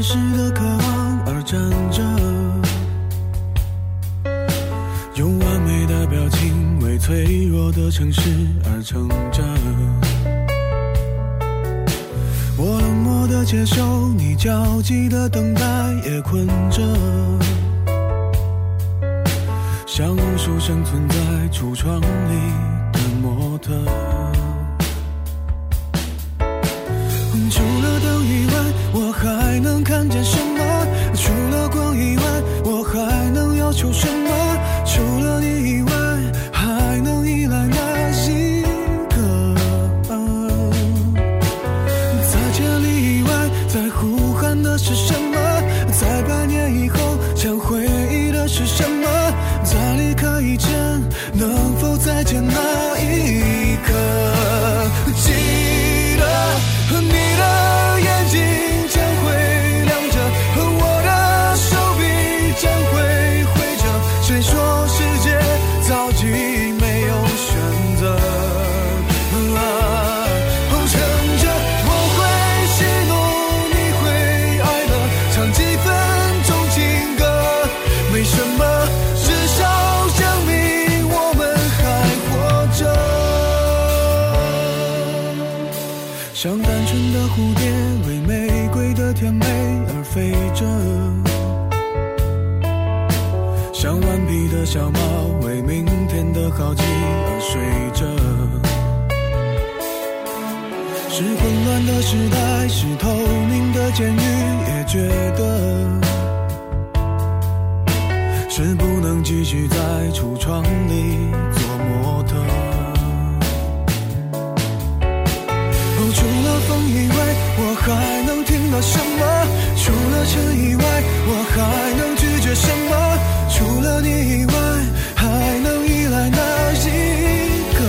真实的渴望而站着，用完美的表情为脆弱的城市而撑着。我冷漠的接受你焦急的等待，也困着，像无数生存在橱窗里的模特。除了灯以外，我还能看见什么？除了光以外，我还能要求什么？除了你以外，还能依赖哪一个？在千里以外，在呼喊的是什么？在100年以后，想回忆的是什么？在离开以前，能否再见那一刻？记得你的眼睛将会亮着，我的手臂将会挥着。谁说世界早已没有选择？撑着我会喜怒，你会哀乐，唱几分钟情歌，没什么，至少证明我们还活着。像单纯的蝴蝶为玫瑰的甜美而飞着，像顽皮的小猫为明天的好奇而睡着。是混乱的时代，是透明的监狱，也觉得是不能继续在橱窗里做模特。除了风以外，我还能听到什么？除了尘以外，我还能拒绝什么？除了你以外，还能依赖哪一个？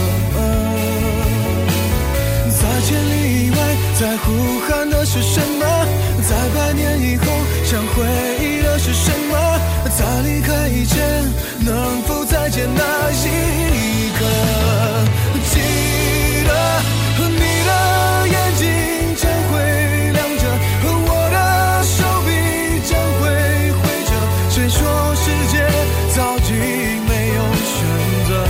在千里以外，在呼喊的是什么？在100年以后，想回忆的是什么？在离开以前，能否再见那一刻？记得你的眼睛将会亮着，我的手臂将会挥着。谁说世界早已没有选择？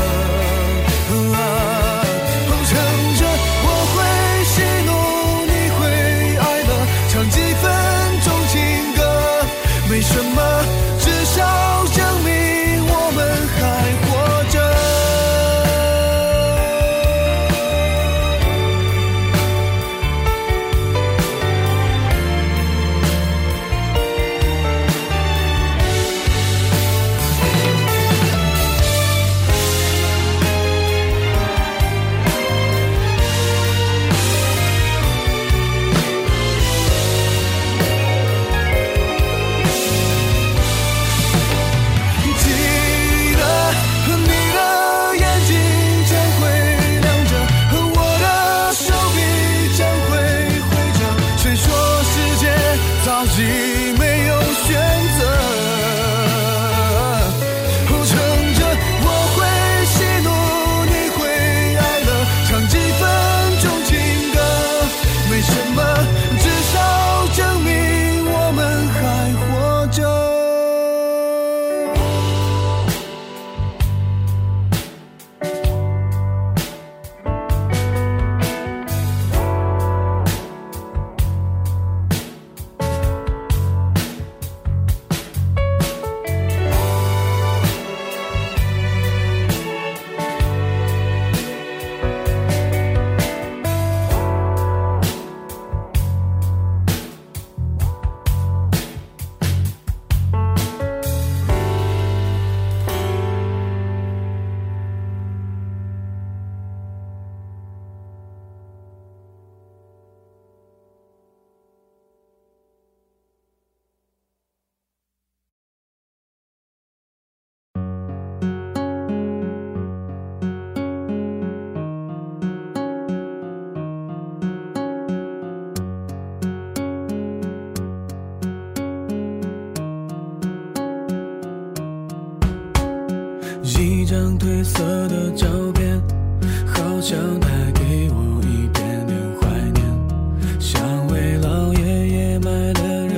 撑着我会喜怒，你会哀乐，唱几分钟情歌，没什么，至少证明我们还活着。早已没有选择，撑着我会喜怒，你会哀乐，唱几分钟情歌，没什么，至少证明我们还活着。一张褪色的照片，好像带给我一点点怀念，像为老爷爷买的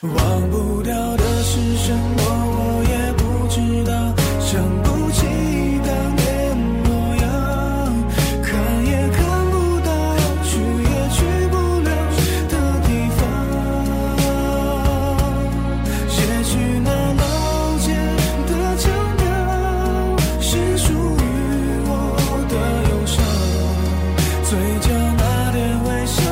忘不掉的是什么，我也不知道，想不起当年模样，看也看不到，去也去不了的地方。也许那老街的腔调是属于我的忧伤，嘴角那点微笑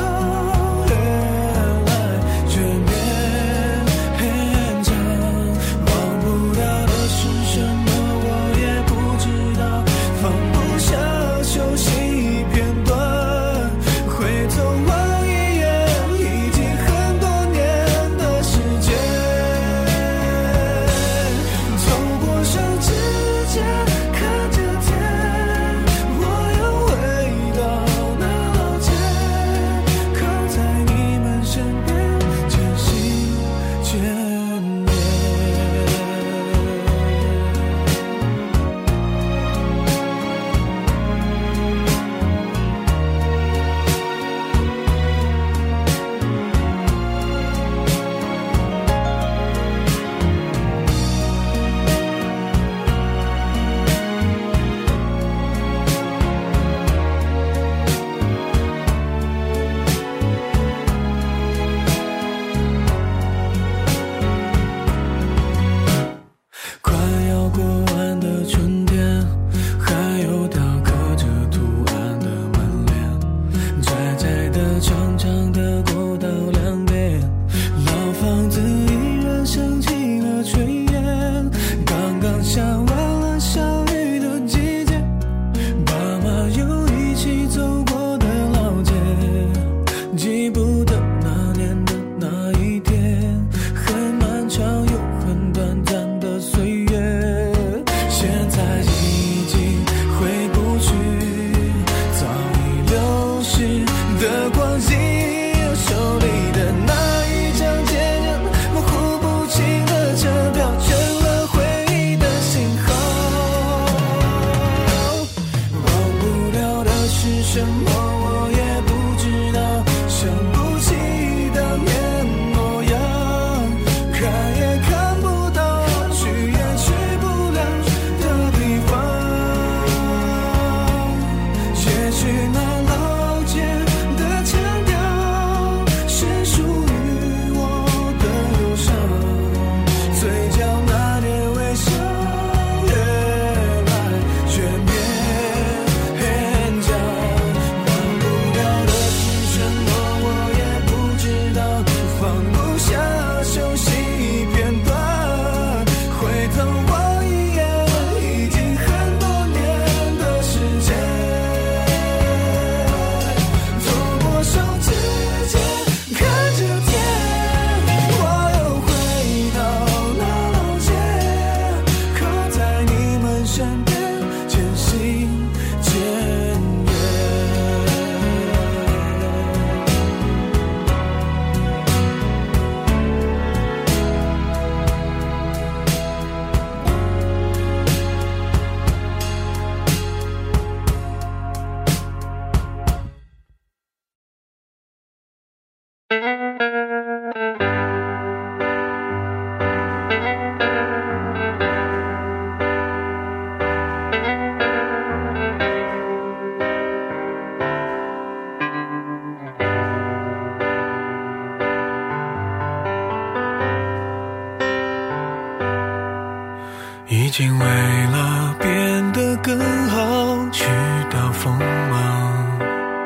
已经为了变得更好去到锋芒，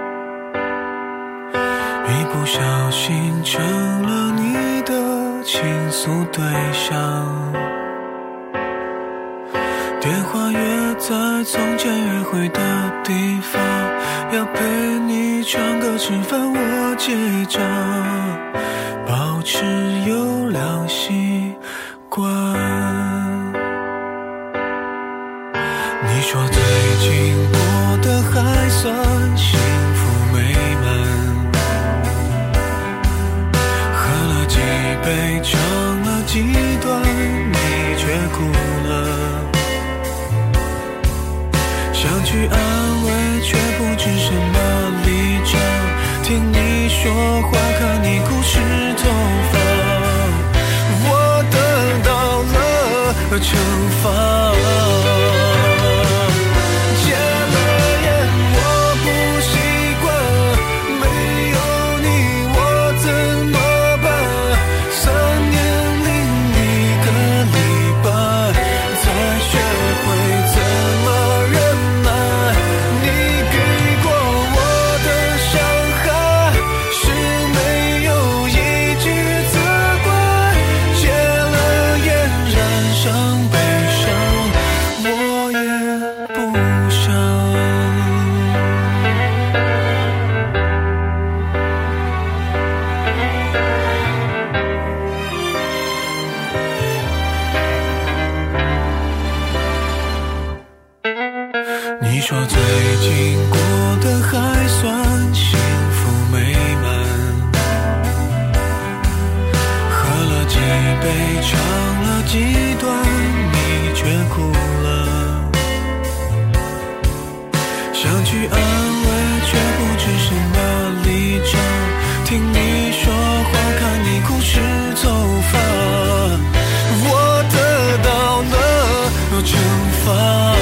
一不小心成了你的倾诉对象，电话约在从前约会的地方，要陪你唱歌吃饭我结账，保持优良习惯。你说最近过得还算幸福美满，喝了几杯唱了几段，你却哭了，想去安慰却不知什么立场，听你说话看你哭湿头发， 惩罚。你说最近过得还算幸福美满，喝了几杯，唱了几段，你却哭了。想去安慰，却不知什么立场。听你说话，看你哭是走法，我得到了惩罚。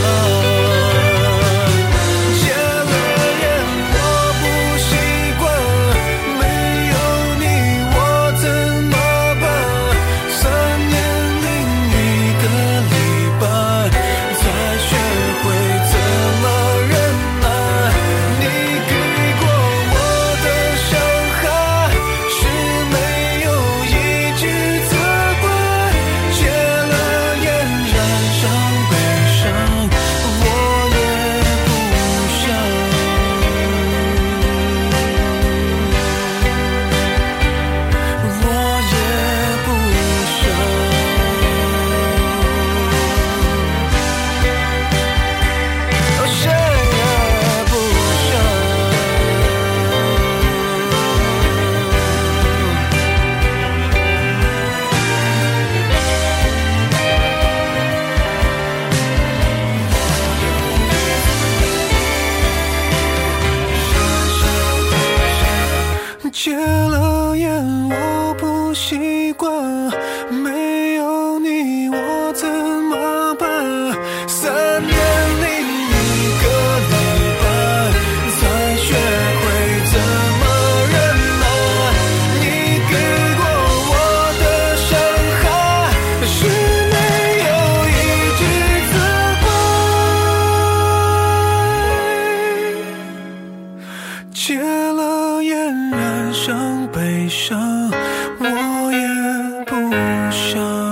戒了烟，我不习惯，没有你我怎么办？3年零1个礼拜，才学会怎么忍耐。你给过我的伤害，是没有一句责怪。戒了烟，染上悲伤，我也不想。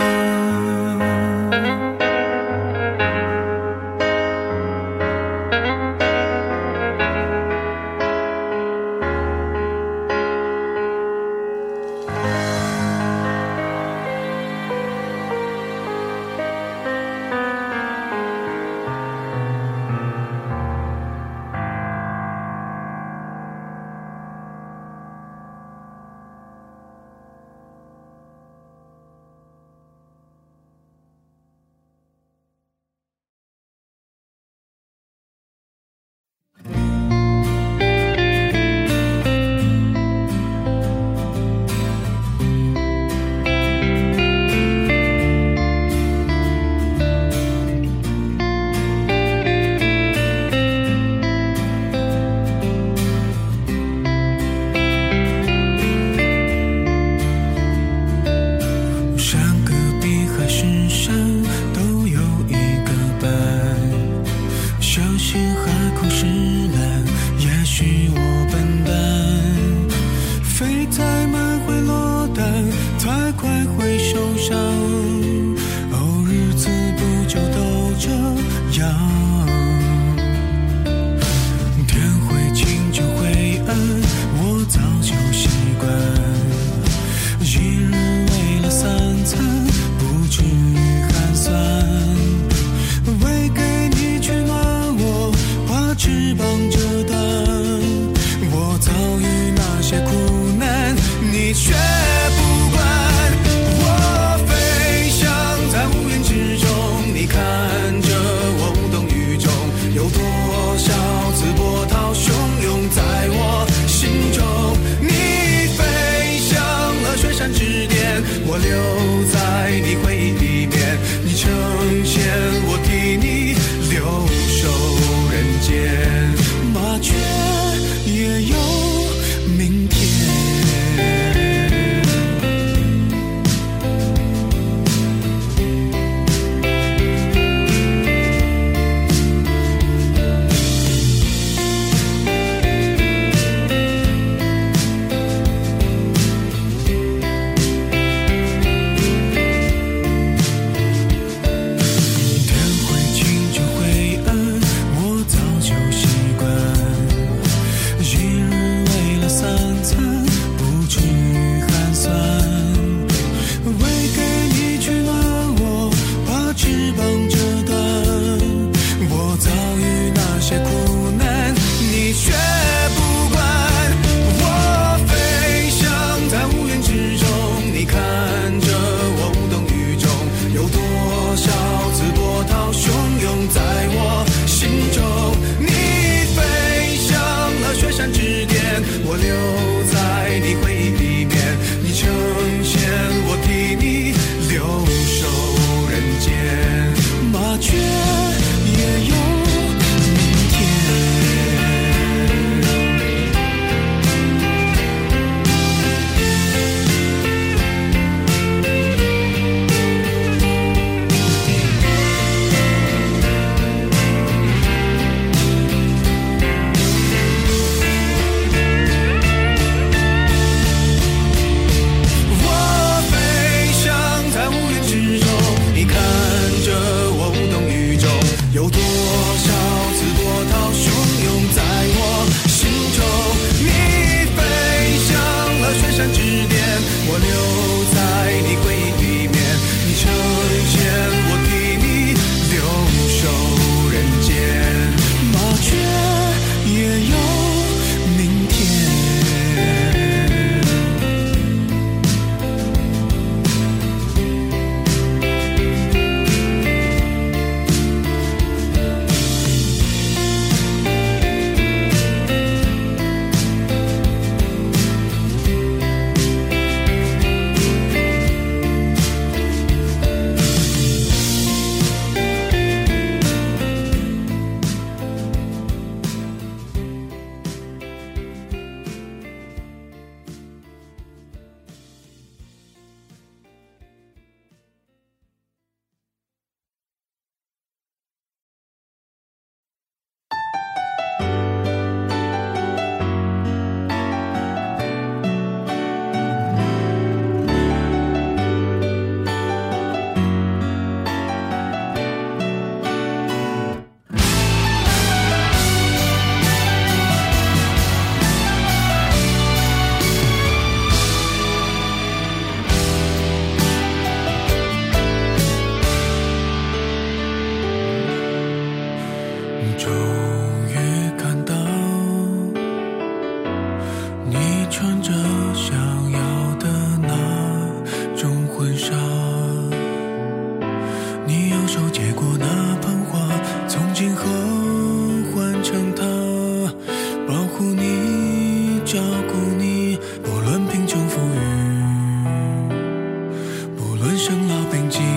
我留在你回忆里面， 你成仙，我替你留守人间。麻雀也有明天。我留在你回忆里面，你成仙，我替你留守人间。麻雀也有明天。有多少次波涛汹涌在我心中，你飞向了雪山之巅，我留在你回忆里面，你成仙，我替你留守人间。麻雀也有明天。终于看到你穿着想要的那种婚纱，你右手接过那盆花，从今后换成它，保护你，照顾你，不论贫穷富裕，不论生老病疾。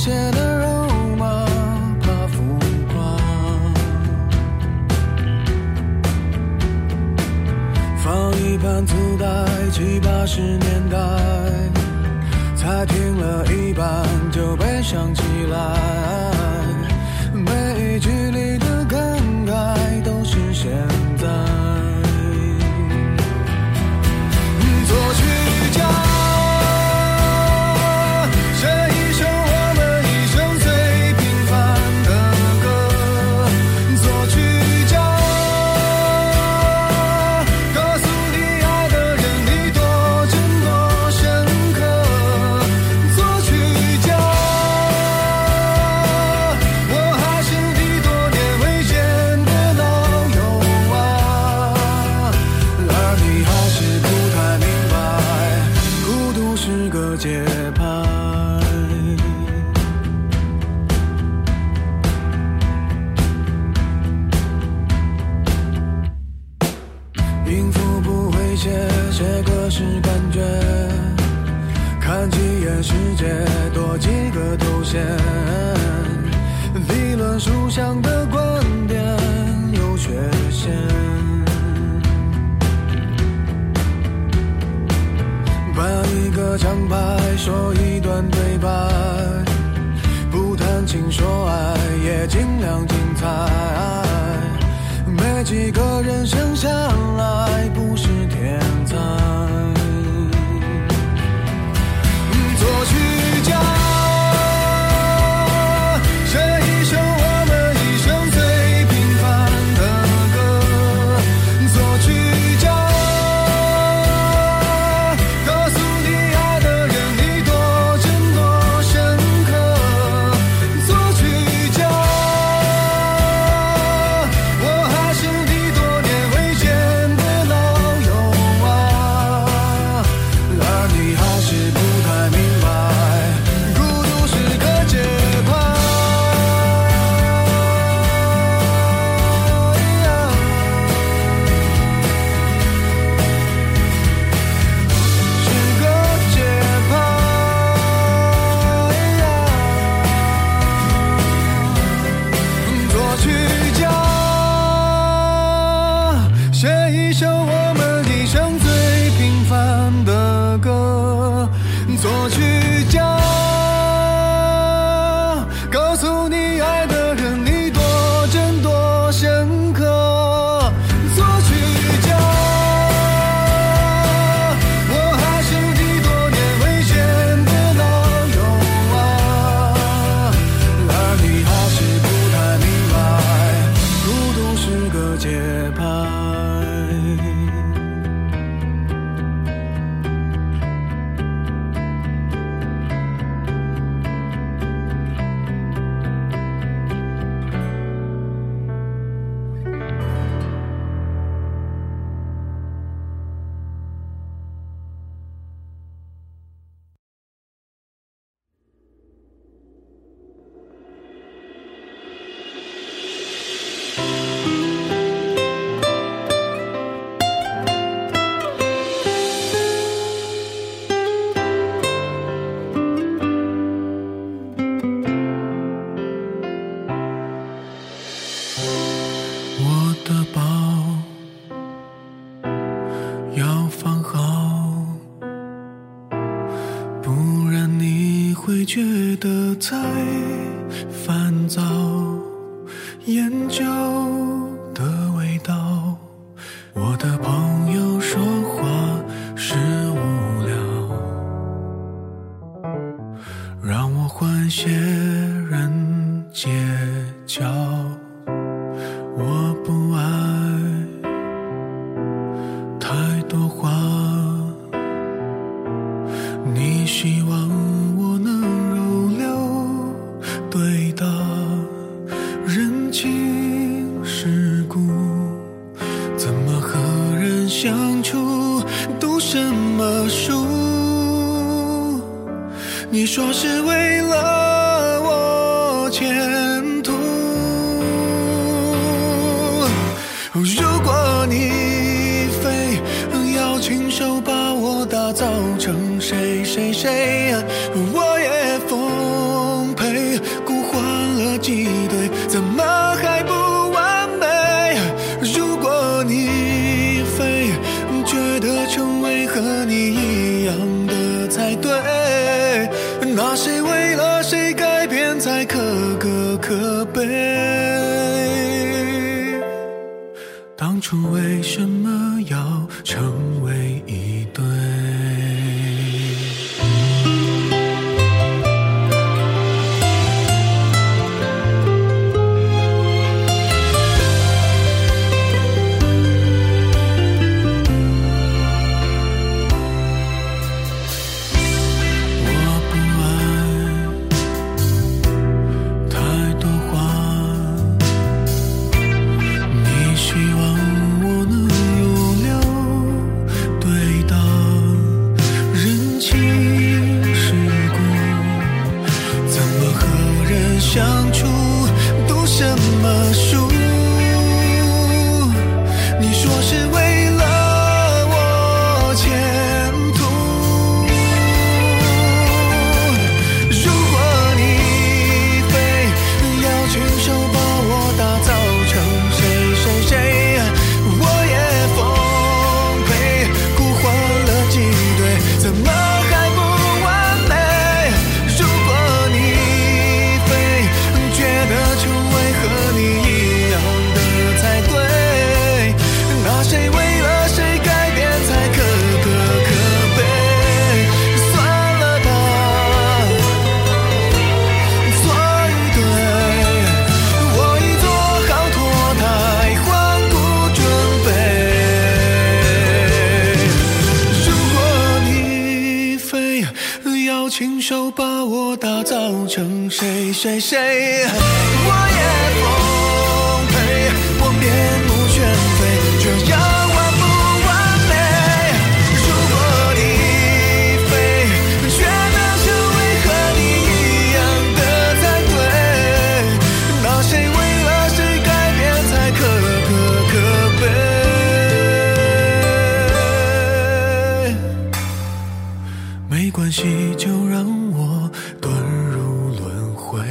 些的肉麻，怕浮夸。放一盘磁带，70、80年代，才听了一半就悲伤起来。每一句里的感慨都是现在。作曲家写一首我们一生最平凡的歌，作曲家告诉你爱的人你多真多深刻，作曲家我还是你多年未见的老友啊，而你还是不太明白孤独是个节拍。音符不会写，写歌是感觉，看几眼世界多几个头衔，理论书上的观点有缺陷，办一个奖牌，说一段对白，不谈情说爱也尽量精彩，没几个人生下来不是天才。作曲家写一首我们一生最平凡的歌，作曲家告诉你爱的人你多真多深刻，作曲家我还是你多年未见的老友啊，而你还是不太明白孤独是个节拍。是个节拍。作曲家写一首我们一生最平凡的歌，作曲家告诉你爱的人你多真多深刻，作曲家我还是你多年未见的老友啊，而你还是不太明白孤独是个节拍。我的包要放好，不然你会觉得太烦躁。研究的味道，我的朋友说话是无聊，让我换些人街角。我不爱太多话，你希望我能如流对答，人情世故，怎么和人相处，读什么书？你说是为了我前途， 为了谁改变才可歌可悲？当初为什么要成为一对？相处读什么书？你说是为了我前途。如果你非要亲手把我打造成谁谁谁，我也奉陪。孤欢了几对，怎么还不完美？如果你觉得成为和你一样的才对，那谁为了谁改变才可歌可悲？算了吧，错与对，我已做好脱胎换骨准备。如果你非要亲手把我打造成谁谁谁，我也奉陪。我面目全非，这样完不完美？如果你非觉得成为和你一样的才对，那谁为了谁改变才可歌可悲？没关系，就让我遁入轮回。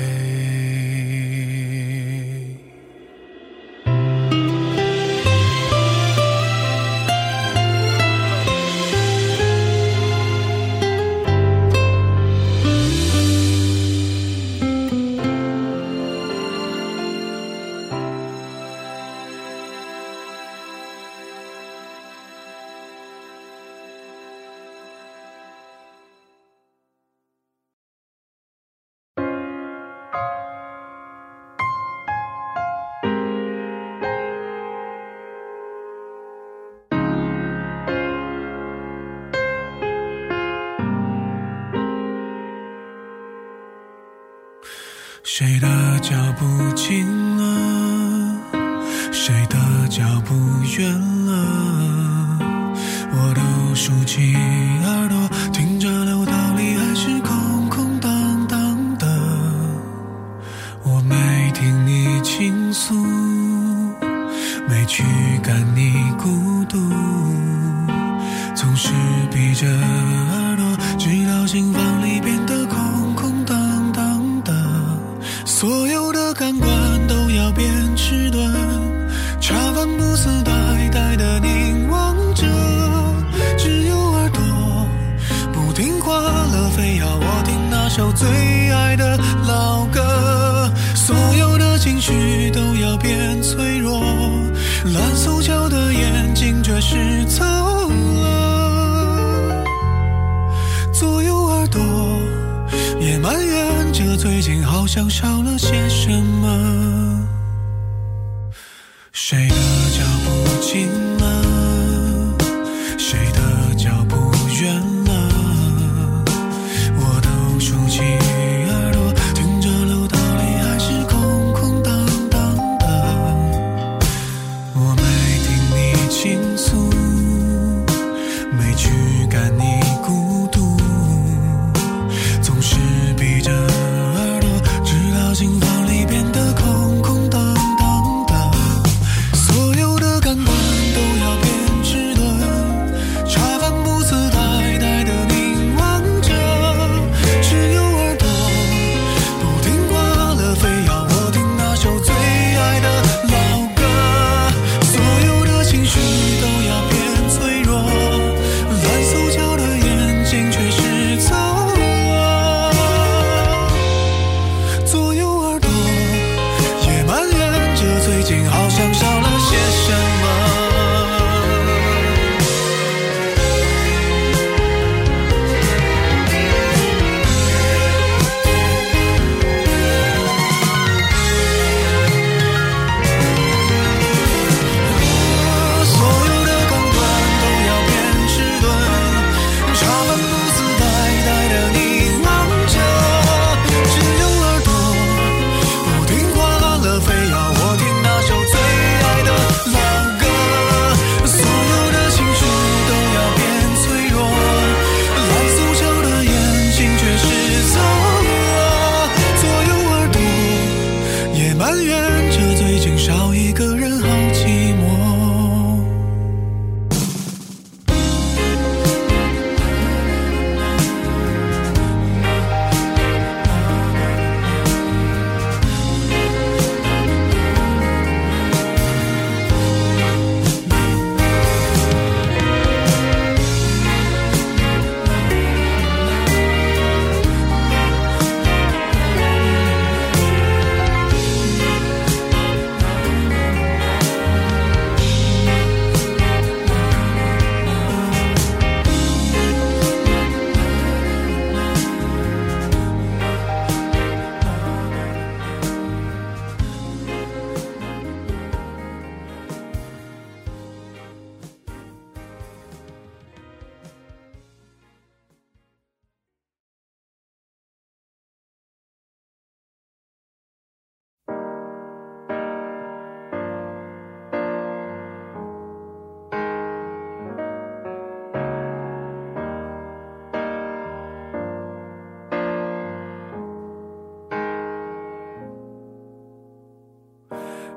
谁的脚步近了，谁的脚步远了，我都竖起耳朵听着楼道里还是空空荡荡的。我没听你倾诉，没驱赶你孤独，总是闭着耳朵直到心房里变得空空荡荡的。所有的感官都要变迟钝，茶饭不思呆呆的凝望着，只有耳朵不听话了，非要我听那首最爱的老歌。所有的情绪都要变脆弱，蓝塑胶的眼睛却是走了。左右耳朵也埋怨着最近好像少了些什么。谁的脚步近了，谁的脚步远了，我都竖起耳朵听着楼道里还是空空荡荡的。我没听你倾诉，没驱赶你孤独，总是闭着耳朵直到心房里变得空空荡荡的。所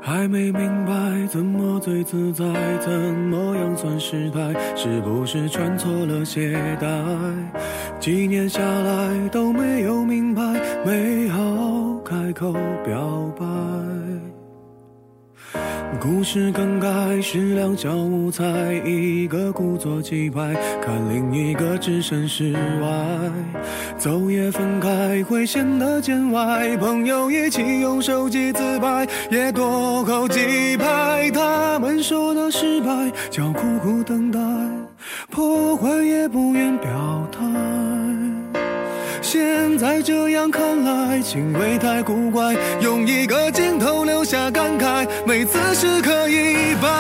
还没明白怎么最自在，怎么样算失败，是不是穿错了鞋带？几年下来都没有明白，没好开口表白。故事更改是两小无猜，一个故作气派，看另一个置身事外。走也分开会显得见外，朋友一起用手机自拍，也多扣几拍。他们说的失败叫苦苦等待，破坏也不愿表态。现在这样看来，行为太古怪，用一个镜头留下感慨，每次时刻一摆。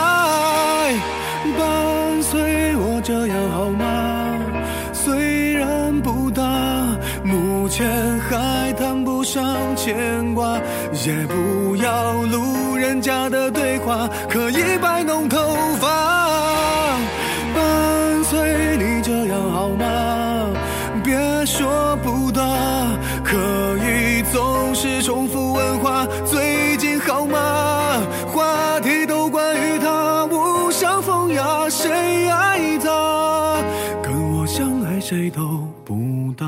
伴随我这样好吗？虽然不大，目前还谈不上牵挂，也不要路人甲的对话，可以摆弄头发。伴随你这样好吗？别说不大，可以总是重复问话，最近好吗？话题都关于他，无伤风雅，谁爱他？跟我相爱谁都不搭。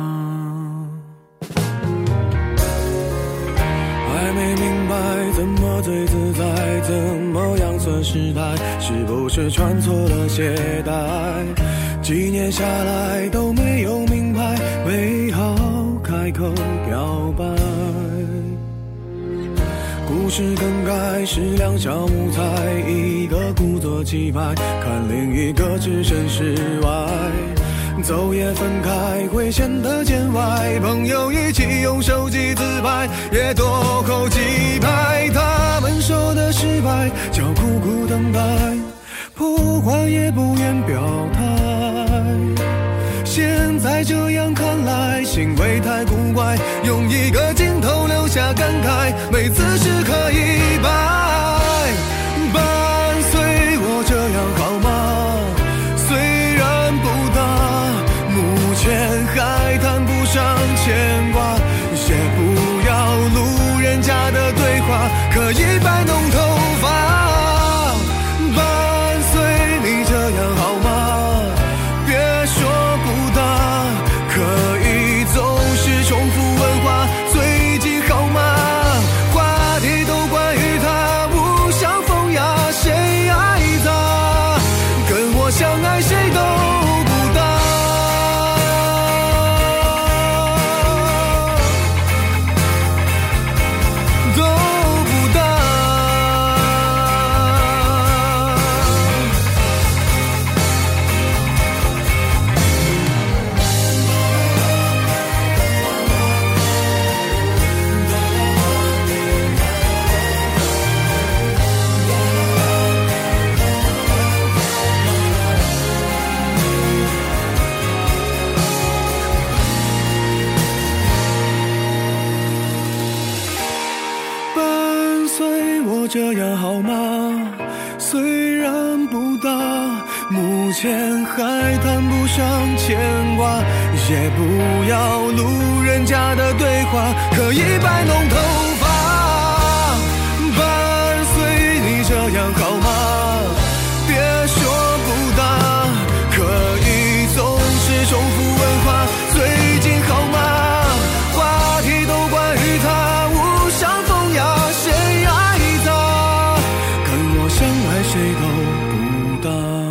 还没明白怎么最自在，怎么样算失态，是不是穿错了鞋带？几年下来都没有明白，没好开口表白。故事更改是两小无猜，一个故作气派，看另一个置身事外。走也分开会显得见外，朋友一起用手机自拍，也多扣几拍。他们说的失败叫苦苦等待，破坏也不愿表态。现在这样看来，行为太古怪，用一个镜头留下感慨，每次时刻一摆。伴随我这样好吗？虽然不大，目前还谈不上牵挂，也不要路人甲的对话，可以摆弄头发。伴随你这样好吗？别说不大，可以总是重复问话，最近好吗？话题都关于他，无伤风雅，谁爱他？跟我相爱谁都不搭。都不搭。伴随我这样好吗？虽然不大，目前还谈不上牵挂，也不要路人甲的对话，可以摆弄头发。伴随你这样好吗？别说不大，可以总是重复问话，最近好吗？话题都关于他，无伤风雅，谁爱他？跟我相爱谁都不搭。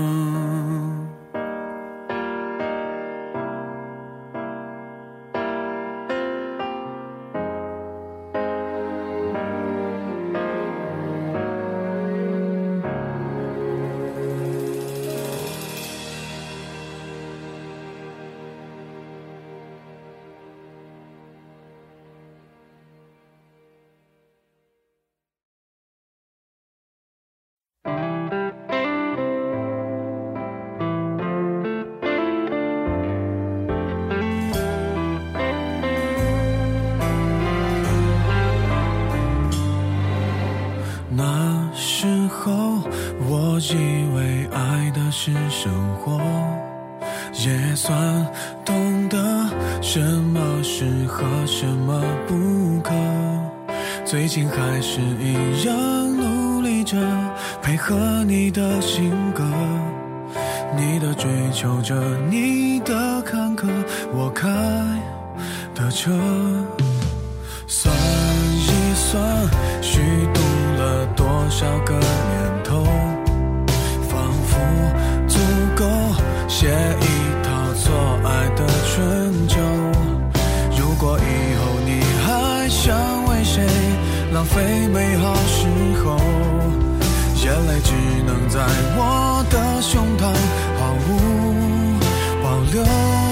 那时候我以为爱的是生活，也算懂得什么适合什么不可， 最近还是一样努力着配合你的性格，你的追求着，你的坎坷，我开的车。算一算虚度了多少个年头，仿佛足够写一套错爱的春秋。如果以后你还想为谁浪费美好时候，眼泪只能在我的胸膛毫无保留。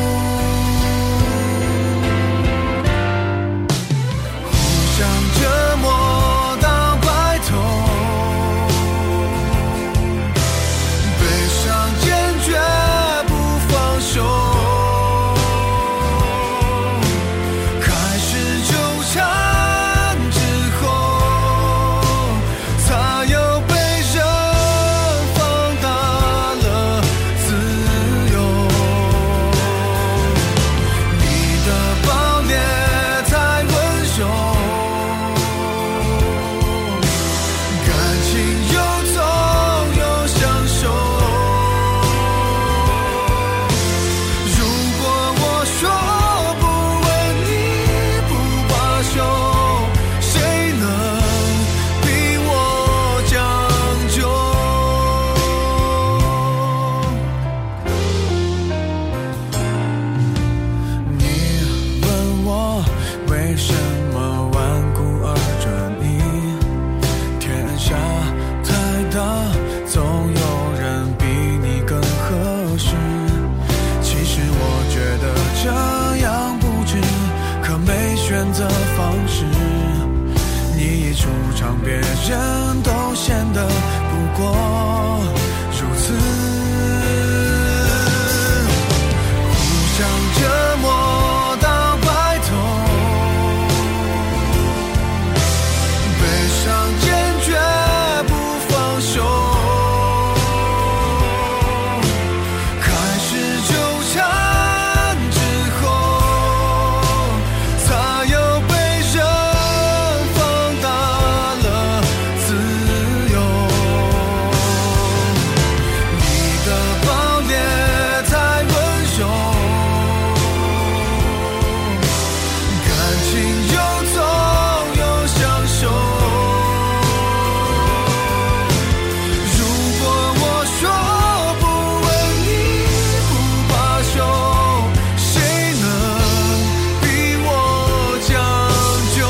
互相折磨到白头，悲伤坚决不放手，开始纠缠之后，才有被人放大了自由。你的暴烈太温柔，感情又痛又享受。如果我说不问你不罢休，谁能逼我将就？你问我为什么顽固而专一，天下太大，总有人比你更合适。其实我觉得这样不值，可没选择方式。你一出场，别人都显得不过如此。互相折磨到白头，悲伤坚决不放手，开始纠缠之后，才有被人放大了自由。你的暴烈太温柔，感情又痛又享受。如果我说不问你不罢休，谁能逼我将就？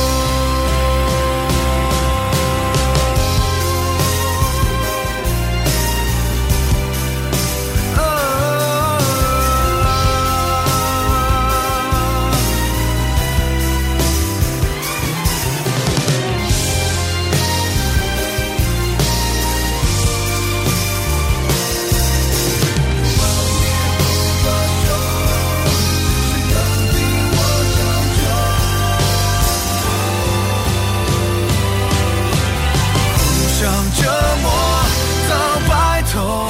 互相折磨到白头，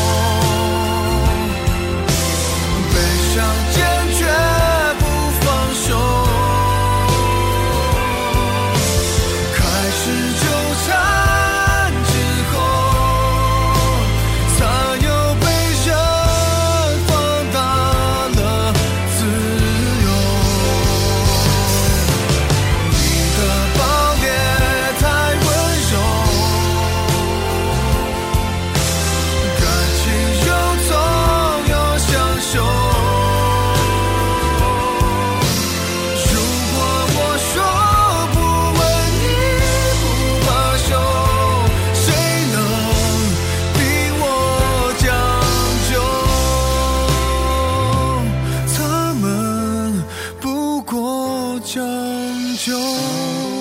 悲伤坚决不放手，开始纠缠之后，才有被人放大了自由。你的暴烈太温柔，感情又痛又享受。如果我说不问你不罢休，谁能逼我将就？他们不过将就。